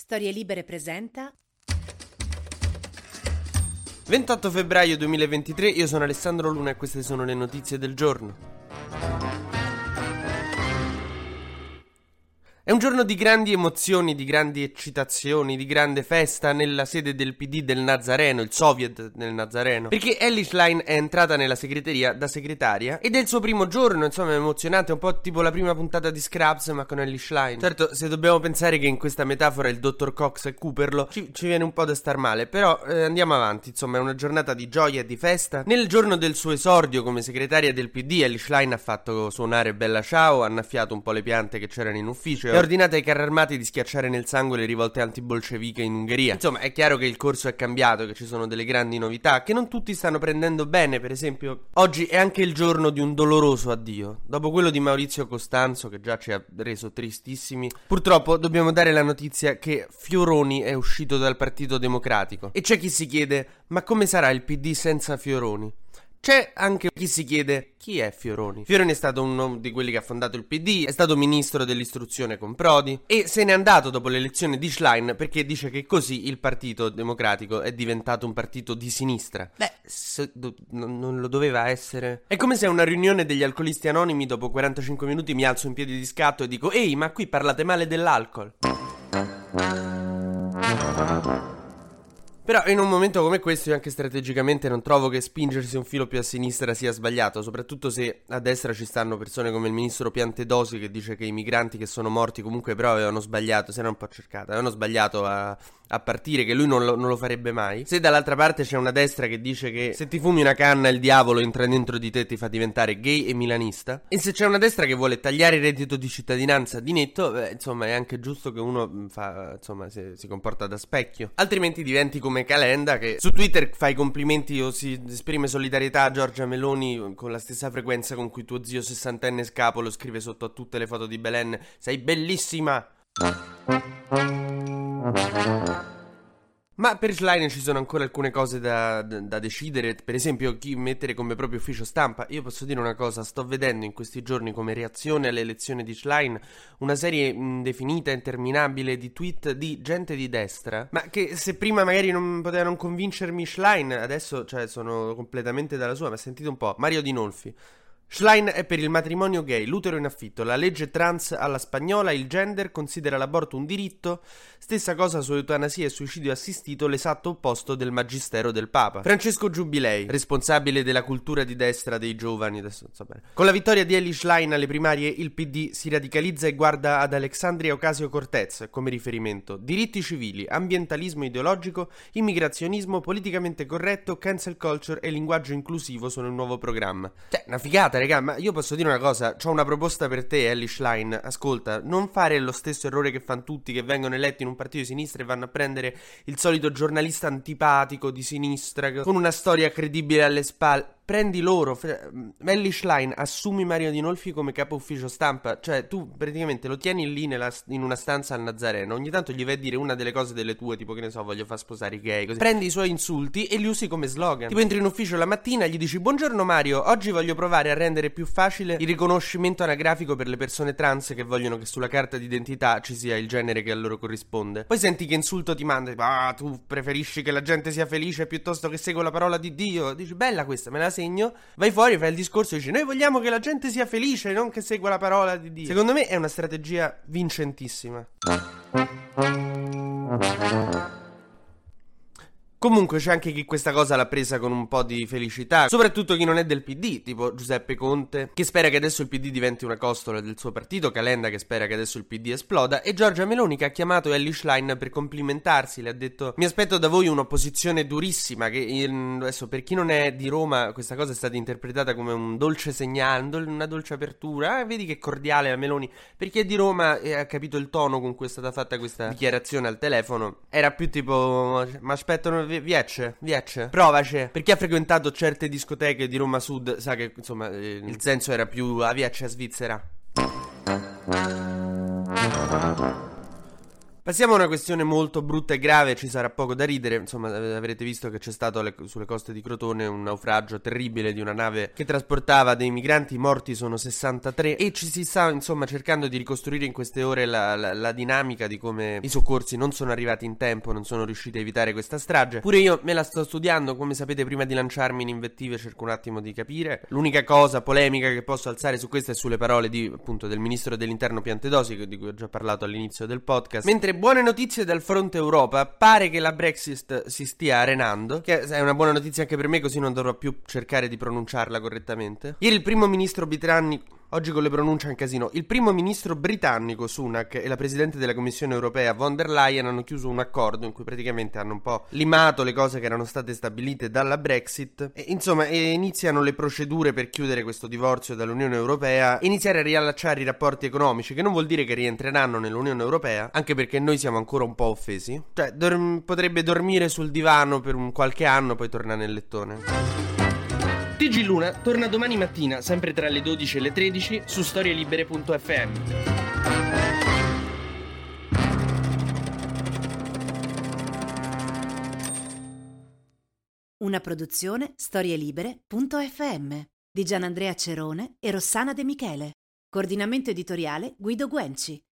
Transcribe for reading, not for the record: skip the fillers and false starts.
Storie Libere presenta 28 febbraio 2023, io sono Alessandro Luna e queste sono le notizie del giorno. È un giorno di grandi emozioni, di grandi eccitazioni, di grande festa nella sede del PD del Nazareno, il Soviet del Nazareno. Perché Elly Schlein è entrata nella segreteria da segretaria ed è il suo primo giorno, insomma è emozionante, è un po' tipo la prima puntata di Scrubs ma con Elly Schlein. Certo, se dobbiamo pensare che in questa metafora il dottor Cox è Cooperlo, ci viene un po' da star male, però andiamo avanti, insomma è una giornata di gioia e di festa. Nel giorno del suo esordio come segretaria del PD, Elly Schlein ha fatto suonare Bella Ciao, ha annaffiato un po' le piante che c'erano in ufficio, ha ordinato ai carri armati di schiacciare nel sangue le rivolte antibolsceviche in Ungheria. Insomma, è chiaro che il corso è cambiato, che ci sono delle grandi novità, che non tutti stanno prendendo bene. Per esempio, oggi è anche il giorno di un doloroso addio. Dopo quello di Maurizio Costanzo, che già ci ha reso tristissimi, purtroppo dobbiamo dare la notizia che Fioroni è uscito dal Partito Democratico. E c'è chi si chiede, ma come sarà il PD senza Fioroni? C'è anche chi si chiede chi è Fioroni. Fioroni è stato uno di quelli che ha fondato il PD, è stato ministro dell'istruzione con Prodi e se n'è andato dopo l'elezione di Schlein perché dice che così il Partito Democratico è diventato un partito di sinistra. Beh, non lo doveva essere. È come se a una riunione degli alcolisti anonimi dopo 45 minuti mi alzo in piedi di scatto e dico ehi, ma qui parlate male dell'alcol. Però in un momento come questo io anche strategicamente non trovo che spingersi un filo più a sinistra sia sbagliato, soprattutto se a destra ci stanno persone come il ministro Piantedosi che dice che i migranti che sono morti comunque però avevano sbagliato, si era un po' cercata, avevano sbagliato a partire, che lui non lo farebbe mai. Se dall'altra parte c'è una destra che dice che se ti fumi una canna il diavolo entra dentro di te e ti fa diventare gay e milanista, e se c'è una destra che vuole tagliare il reddito di cittadinanza di netto, insomma è anche giusto che uno si comporta da specchio, altrimenti diventi come Calenda che su Twitter fa i complimenti o si esprime solidarietà a Giorgia Meloni con la stessa frequenza con cui tuo zio sessantenne Scapolo scrive sotto a tutte le foto di Belen sei bellissima. Ma per Schlein ci sono ancora alcune cose da decidere, per esempio chi mettere come proprio ufficio stampa. Io posso dire una cosa, sto vedendo in questi giorni come reazione alle elezioni di Schlein una serie indefinita, interminabile di tweet di gente di destra, ma che se prima magari non poteva non convincermi Schlein, adesso sono completamente dalla sua. Ma sentite un po', Mario Dinolfi. Schlein è per il matrimonio gay, l'utero in affitto, la legge trans alla spagnola, il gender, considera l'aborto un diritto, stessa cosa su eutanasia e suicidio assistito, l'esatto opposto del magistero del Papa. Francesco Giubilei, responsabile della cultura di destra dei giovani, adesso non so bene. Con la vittoria di Elly Schlein alle primarie il PD si radicalizza e guarda ad Alexandria Ocasio-Cortez come riferimento. Diritti civili, ambientalismo ideologico, immigrazionismo, politicamente corretto, cancel culture e linguaggio inclusivo sono il nuovo programma. Una figata. Raga, ma io posso dire una cosa, c'ho una proposta per te, Elly Schlein. Ascolta, non fare lo stesso errore che fanno tutti che vengono eletti in un partito di sinistra e vanno a prendere il solito giornalista antipatico di sinistra con una storia credibile alle spalle. Prendi loro, Elly Schlein, assumi Mario Dinolfi come capo ufficio stampa, cioè tu praticamente lo tieni lì in una stanza al Nazareno, ogni tanto gli vai a dire una delle cose delle tue, tipo che ne so, voglio far sposare i gay, così. Prendi i suoi insulti e li usi come slogan. Tipo entri in ufficio la mattina e gli dici buongiorno Mario, oggi voglio provare a rendere più facile il riconoscimento anagrafico per le persone trans che vogliono che sulla carta d'identità ci sia il genere che a loro corrisponde. Poi senti che insulto ti manda, tu preferisci che la gente sia felice piuttosto che segua la parola di Dio, dici bella questa, me la segno, vai fuori, fai il discorso e dici noi vogliamo che la gente sia felice, non che segua la parola di Dio. Secondo me è una strategia vincentissima. Comunque c'è anche chi questa cosa l'ha presa con un po' di felicità, soprattutto chi non è del PD, tipo Giuseppe Conte, che spera che adesso il PD diventi una costola del suo partito, Calenda che spera che adesso il PD esploda, e Giorgia Meloni che ha chiamato Elly Schlein per complimentarsi, le ha detto mi aspetto da voi un'opposizione durissima, che adesso per chi non è di Roma questa cosa è stata interpretata come un dolce segnale, una dolce apertura, vedi che cordiale la Meloni, per chi è di Roma e ha capito il tono con cui è stata fatta questa dichiarazione al telefono, era più tipo ma aspettano Viecce, provaci. Per chi ha frequentato certe discoteche di Roma Sud sa che insomma il senso era più a Viecce a Svizzera. Passiamo a una questione molto brutta e grave, ci sarà poco da ridere, insomma avrete visto che c'è stato sulle coste di Crotone un naufragio terribile di una nave che trasportava dei migranti, i morti sono 63 e ci si sta insomma cercando di ricostruire in queste ore la dinamica di come i soccorsi non sono arrivati in tempo, non sono riusciti a evitare questa strage. Pure io me la sto studiando, come sapete prima di lanciarmi in invettive cerco un attimo di capire. L'unica cosa polemica che posso alzare su questa è sulle parole appunto del ministro dell'interno Piantedosi, di cui ho già parlato all'inizio del podcast. Mentre buone notizie dal fronte Europa, pare che la Brexit si stia arenando, che è una buona notizia anche per me, così non dovrò più cercare di pronunciarla correttamente. Ieri il primo ministro britannico, oggi con le pronunce è un casino, il primo ministro britannico Sunak e la presidente della Commissione europea von der Leyen hanno chiuso un accordo in cui praticamente hanno un po' limato le cose che erano state stabilite dalla Brexit e insomma iniziano le procedure per chiudere questo divorzio dall'Unione Europea e iniziare a riallacciare i rapporti economici, che non vuol dire che rientreranno nell'Unione Europea, anche perché noi siamo ancora un po' offesi. Cioè potrebbe dormire sul divano per qualche anno, poi torna nel lettone. TG Luna torna domani mattina, sempre tra le 12 e le 13, su storielibere.fm. Una produzione storielibere.fm di Gianandrea Cerone e Rossana De Michele. Coordinamento editoriale Guido Guenci.